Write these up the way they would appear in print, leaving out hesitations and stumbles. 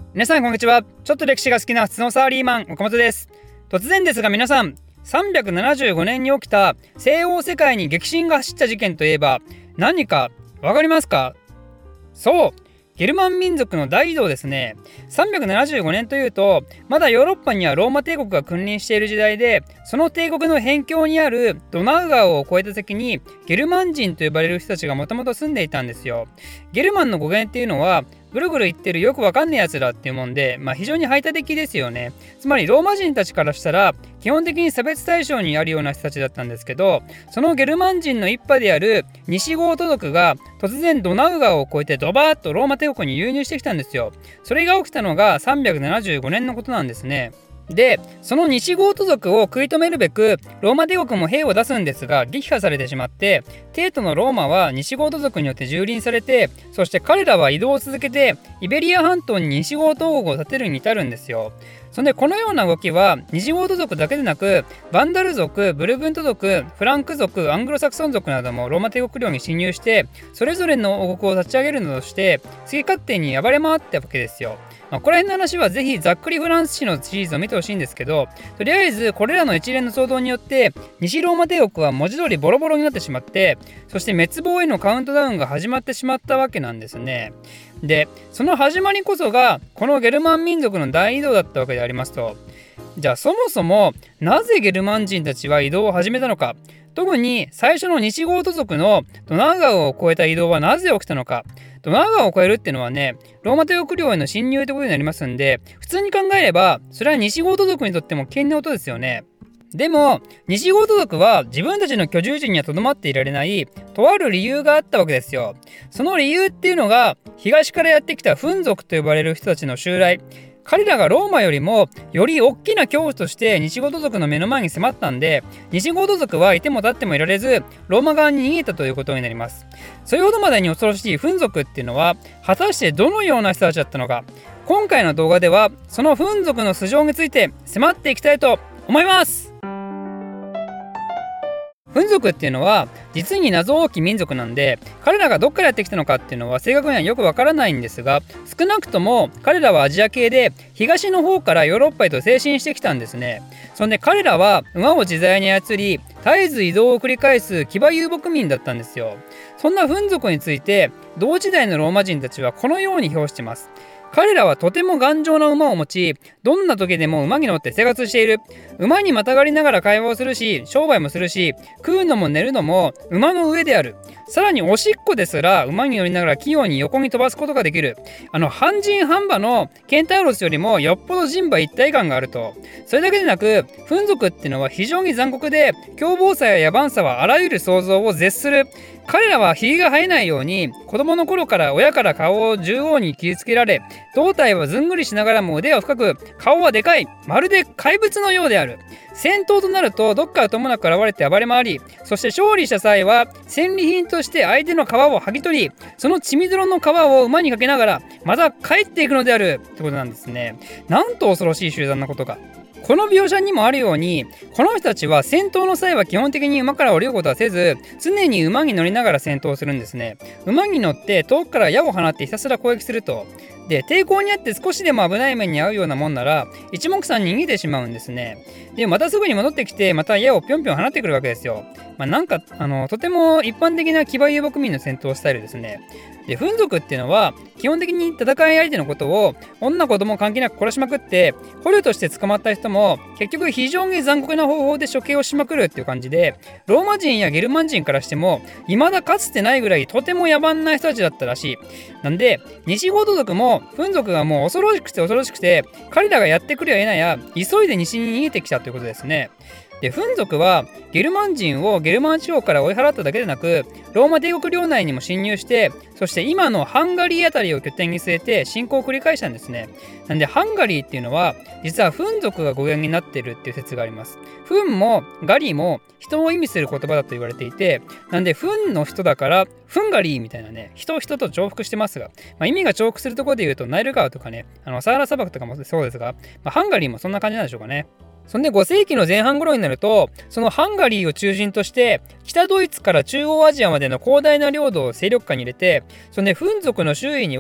皆さんこんにちは。ちょっと歴史が好きな普通のサラリーマン岡本です。突然ですが皆さん、375年に起きた西欧世界に激震が走った事件といえば何かわかりますか？そう、ゲルマン民族の大移動ですね。375年というとまだヨーロッパにはローマ帝国が君臨している時代で、その帝国の辺境にあるドナウ川を越えた先にゲルマン人と呼ばれる人たちがもともと住んでいたんですよ。ゲルマンの語源っていうのはぐるぐる言ってるよくわかんねえやつらっていうもんで、非常に排他的ですよね。つまりローマ人たちからしたら基本的に差別対象にあるような人たちだったんですけど、そのゲルマン人の一派である西ゴート族が突然ドナウ川を越えてドバーッとローマ帝国に流入してきたんですよ。それが起きたのが375年のことなんですね。で、その西ゴート族を食い止めるべくローマ帝国も兵を出すんですが撃破されてしまって、帝都のローマは西ゴート族によって蹂躙されて、そして彼らは移動を続けてイベリア半島に西ゴート王国を建てるに至るんですよ。そんでこのような動きは西ゴート族だけでなくバンダル族、ブルブント族、フランク族、アングロサクソン族などもローマ帝国領に侵入してそれぞれの王国を立ち上げるなどして好き勝手に暴れ回ったわけですよ。ここら辺の話はぜひざっくりフランス史のシリーズを見てほしいんですけど、とりあえずこれらの一連の騒動によって西ローマ帝国は文字通りボロボロになってしまって、そして滅亡へのカウントダウンが始まってしまったわけなんですね。で、その始まりこそがこのゲルマン民族の大移動だったわけでありますと、じゃあそもそもなぜゲルマン人たちは移動を始めたのか、特に最初の西ゴート族のドナウ川を越えた移動はなぜ起きたのか。ドナウ川を越えるっていうのはね、ローマ帝国領への侵入ということになりますんで、普通に考えればそれは西ゴート族にとっても危険なことですよね。でも西ゴート族は自分たちの居住地にはとどまっていられないとある理由があったわけですよ。その理由っていうのが東からやってきたフン族と呼ばれる人たちの襲来。彼らがローマよりもより大きな恐怖として西ゴート族の目の前に迫ったんで、西ゴート族はいても立ってもいられずローマ側に逃げたということになります。それほどまでに恐ろしいフン族っていうのは果たしてどのような人たちだったのか、今回の動画ではそのフン族の素性について迫っていきたいと思います。フン族っていうのは実に謎多き民族なんで、彼らがどっからやってきたのかっていうのは正確にはよくわからないんですが、少なくとも彼らはアジア系で東の方からヨーロッパへと西進してきたんですね。そんで彼らは馬を自在に操り絶えず移動を繰り返す騎馬遊牧民だったんですよ。そんなフン族について同時代のローマ人たちはこのように評してます。彼らはとても頑丈な馬を持ち、どんな時でも馬に乗って生活している。馬にまたがりながら会話をするし、商売もするし、食うのも寝るのも馬の上である。さらにおしっこですら馬に乗りながら器用に横に飛ばすことができる。半人半馬のケンタウロスよりもよっぽど人馬一体感があると。それだけでなく、フン族っていうのは非常に残酷で、凶暴さや野蛮さはあらゆる想像を絶する。彼らはひげが生えないように子供の頃から親から顔を縦横に切りつけられ、胴体はずんぐりしながらも腕は深く、顔はでかい、まるで怪物のようである。戦闘となるとどっからともなく現れて暴れ回り、そして勝利した際は戦利品として相手の皮を剥ぎ取り、その血みどろの皮を馬にかけながらまた帰っていくのであるってことなんですね。なんと恐ろしい集団なことか。この描写にもあるように、この人たちは戦闘の際は基本的に馬から降りることはせず、常に馬に乗りながら戦闘するんですね。馬に乗って遠くから矢を放ってひたすら攻撃すると。で、抵抗にあって少しでも危ない目に遭うようなもんなら一目散に逃げてしまうんですね。で、またすぐに戻ってきてまた矢をぴょんぴょん放ってくるわけですよ。とても一般的な騎馬遊牧民の戦闘スタイルですね。で、フン族っていうのは基本的に戦い相手のことを女子供関係なく殺しまくって、捕虜として捕まった人も結局非常に残酷な方法で処刑をしまくるっていう感じで、ローマ人やゲルマン人からしても未だかつてないぐらいとても野蛮な人たちだったらしい。なんで西ゴート族もフン族がもう恐ろしくて彼らがやってくるや否や急いで西に逃げてきたということですね。で、フン族はゲルマン人をゲルマン地方から追い払っただけでなく、ローマ帝国領内にも侵入して、そして今のハンガリーあたりを拠点に据えて侵攻を繰り返したんですね。なんでハンガリーっていうのは実はフン族が語源になっているっていう説があります。フンもガリも人を意味する言葉だと言われていて、なんでフンの人だからフンガリーみたいなね、人と重複してますが、意味が重複するところで言うとナイル川とかね、サハラ砂漠とかもそうですが、ハンガリーもそんな感じなんでしょうかね。そんで5世紀の前半頃になると、そのハンガリーを中心として北ドイツから中央アジアまでの広大な領土を勢力下に入れて、そんでフン族の周囲には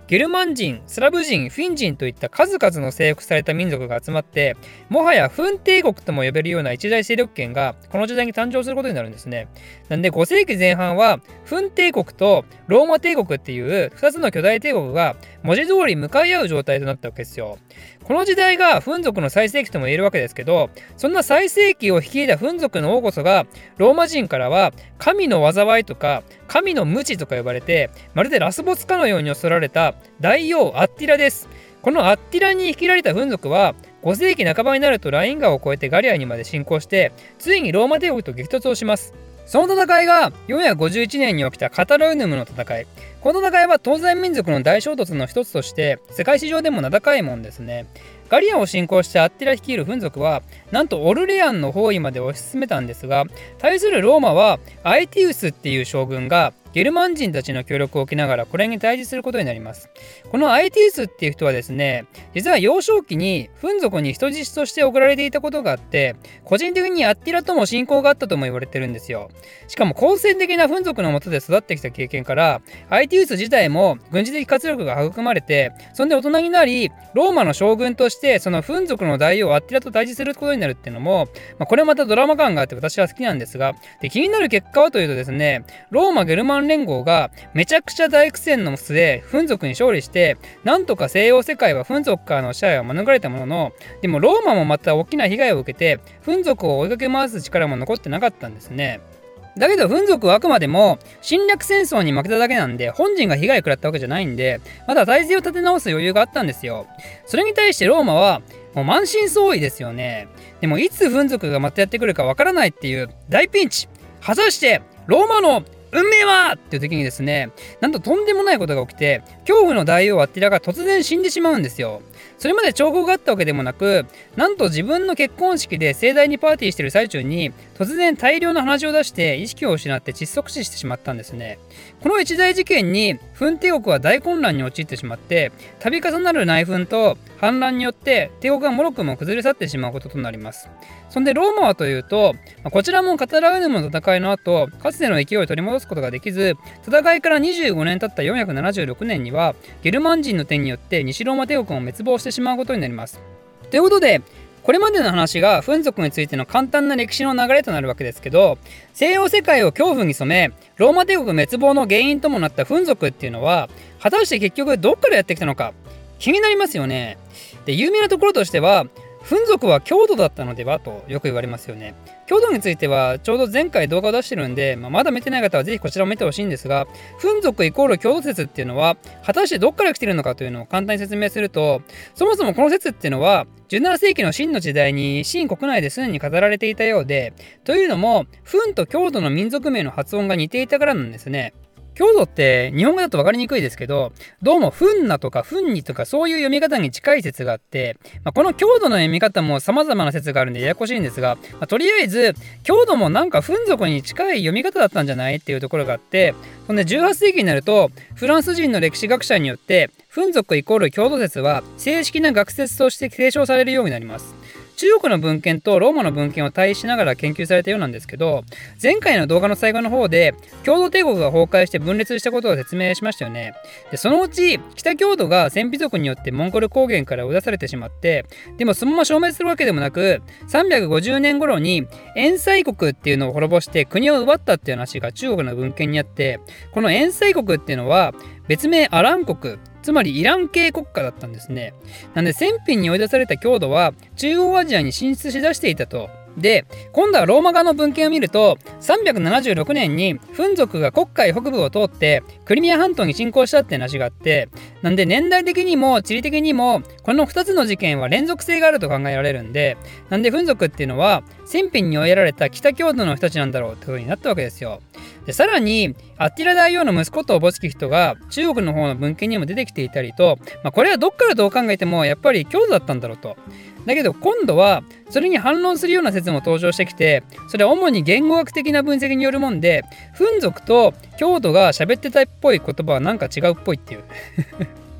ゲルマン人、スラブ人、フィン人といった数々の征服された民族が集まって、もはやフン帝国とも呼べるような一大勢力圏がこの時代に誕生することになるんですね。なんで5世紀前半はフン帝国とローマ帝国っていう2つの巨大帝国が文字通り向かい合う状態となったわけですよ。この時代がフン族の最盛期とも言えるわけですけど、そんな最盛期を率いたフン族の王こそがローマ人からは神の災いとか神の無知とか呼ばれて、まるでラスボスかのように恐られた大王アッティラです。このアッティラに率いられたフン族は5世紀半ばになるとライン川を越えてガリアにまで侵攻して、ついにローマ帝国と激突をします。その戦いが451年に起きたカタラウヌムの戦い。この戦いは東西民族の大衝突の一つとして世界史上でも名高いもんですね。ガリアを侵攻したアッティラ率いるフン族はなんとオルレアンの包囲まで推し進めたんですが、対するローマはアエティウスっていう将軍がゲルマン人たちの協力を受けながらこれに対峙することになります。このアエティウスっていう人はですね、実は幼少期にフン族に人質として送られていたことがあって、個人的にアッティラとも親交があったとも言われてるんですよ。しかも好戦的なフン族の下で育ってきた経験から、アエティウス自体も軍事的活力が育まれて、そんで大人になりローマの将軍としてそのフン族の大王アッティラと対峙することになるっていうのも、これまたドラマ感があって私は好きなんですが、で気になる結果はというとですね、ローマゲルマン連合がめちゃくちゃ大苦戦の末フン族に勝利して、なんとか西洋世界はフン族からの支配は免れたものの、でもローマもまた大きな被害を受けてフン族を追いかけ回す力も残ってなかったんですね。だけどフン族はあくまでも侵略戦争に負けただけなんで、本人が被害を食らったわけじゃないんで、まだ体制を立て直す余裕があったんですよ。それに対してローマはもう満身創痍ですよね。でもいつフン族がまたやってくるかわからないっていう大ピンチ。果たしてローマの運命はっていう時にですね、なんととんでもないことが起きて、恐怖の大王アッティラが突然死んでしまうんですよ。それまで兆候があったわけでもなく、なんと自分の結婚式で盛大にパーティーしてる最中に突然大量の鼻血を出して意識を失って窒息死してしまったんですね。この一大事件にフン帝国は大混乱に陥ってしまって、度重なる内紛と反乱によって帝国がもろくも崩れ去ってしまうこととなります。そんでローマはというと、こちらもカタラウヌムの戦いの後、かつての勢いを取り戻すことができず、戦いから25年経った476年にはゲルマン人の手によって西ローマ帝国も滅亡してしまうことになります。ということで、これまでの話がフン族についての簡単な歴史の流れとなるわけですけど、西洋世界を恐怖に染めローマ帝国滅亡の原因ともなったフン族っていうのは果たして結局どっからやってきたのか気になりますよね。で、有名なところとしてはフン族は郷土だったのではとよく言われますよね。郷土についてはちょうど前回動画を出してるんで、まだ見てない方はぜひこちらを見てほしいんですが、フン族イコール郷土説っていうのは果たしてどっから来てるのかというのを簡単に説明すると、そもそもこの説っていうのは17世紀の秦の時代に秦国内ですでに語られていたようで、というのもフンと郷土の民族名の発音が似ていたからなんですね。郷土って日本語だと分かりにくいですけど、どうもフンナとかフンニとかそういう読み方に近い説があって、この郷土の読み方も様々な説があるんでややこしいんですが、とりあえず郷土もなんかフン族に近い読み方だったんじゃないっていうところがあって、そんで18世紀になるとフランス人の歴史学者によってフン族イコール郷土説は正式な学説として提唱されるようになります。中国の文献とローマの文献を対比しながら研究されたようなんですけど、前回の動画の最後の方で郷土帝国が崩壊して分裂したことを説明しましたよね。で、そのうち北郷土が鮮卑族によってモンゴル高原から追い出されてしまって、でもそのまま消滅するわけでもなく、350年頃に延西国っていうのを滅ぼして国を奪ったっていう話が中国の文献にあって、この延西国っていうのは別名アラン国、つまりイラン系国家だったんですね。なんで鮮卑に追い出された郷土は中央アジアに進出しだしていたと。で、今度はローマ側の文献を見ると、376年にフン族が黒海北部を通ってクリミア半島に侵攻したって話があって、なんで年代的にも地理的にもこの2つの事件は連続性があると考えられるんで、なんでフン族っていうのは鮮卑に追いやられた北郷土の人たちなんだろうってことになったわけですよ。で、さらにアッティラ大王の息子とおぼしき人が中国の方の文献にも出てきていたりと、これはどっからどう考えてもやっぱり郷土だったんだろうと。だけど今度はそれに反論するような説も登場してきて、それは主に言語学的な分析によるもんで、フン族と郷土が喋ってたっぽい言葉はなんか違うっぽいっていう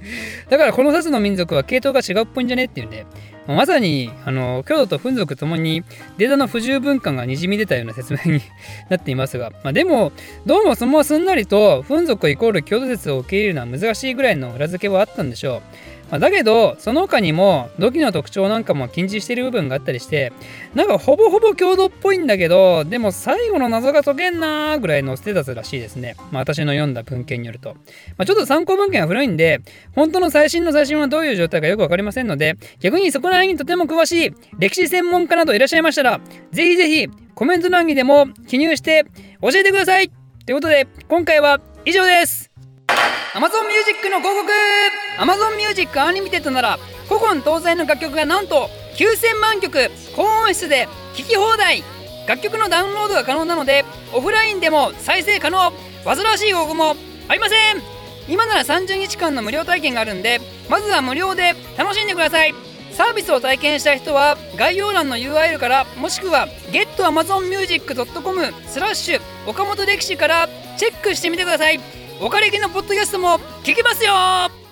だからこの2つの民族は系統が違うっぽいんじゃねっていうんで、まさに郷土とフン族ともにデータの不十分感がにじみ出たような説明になっていますが、でもどうもそのすんなりとフン族イコール郷土説を受け入れるのは難しいぐらいの裏付けはあったんでしょう。だけどその他にも土器の特徴なんかも禁じしている部分があったりして、なんかほぼほぼ郷土っぽいんだけど、でも最後の謎が解けんなーぐらいのステータスらしいですね。私の読んだ文献によると、ちょっと参考文献は古いんで本当の最新の最新はどういう状態かよく分かりませんので、逆にそこら辺にとても詳しい歴史専門家などいらっしゃいましたら、ぜひぜひコメント欄にでも記入して教えてください。ということで今回は以上です。Amazon Music の広告。 Amazon Music Unlimited なら古今東西の楽曲がなんと9000万曲高音質で聴き放題。楽曲のダウンロードが可能なのでオフラインでも再生可能。煩わしい応募もありません。今なら30日間の無料体験があるんで、まずは無料で楽しんでください。サービスを体験したい人は概要欄の URL から、もしくは getamazonmusic.com/ 岡本歴史からチェックしてみてください。岡歴のポッドキャストも聞けますよ。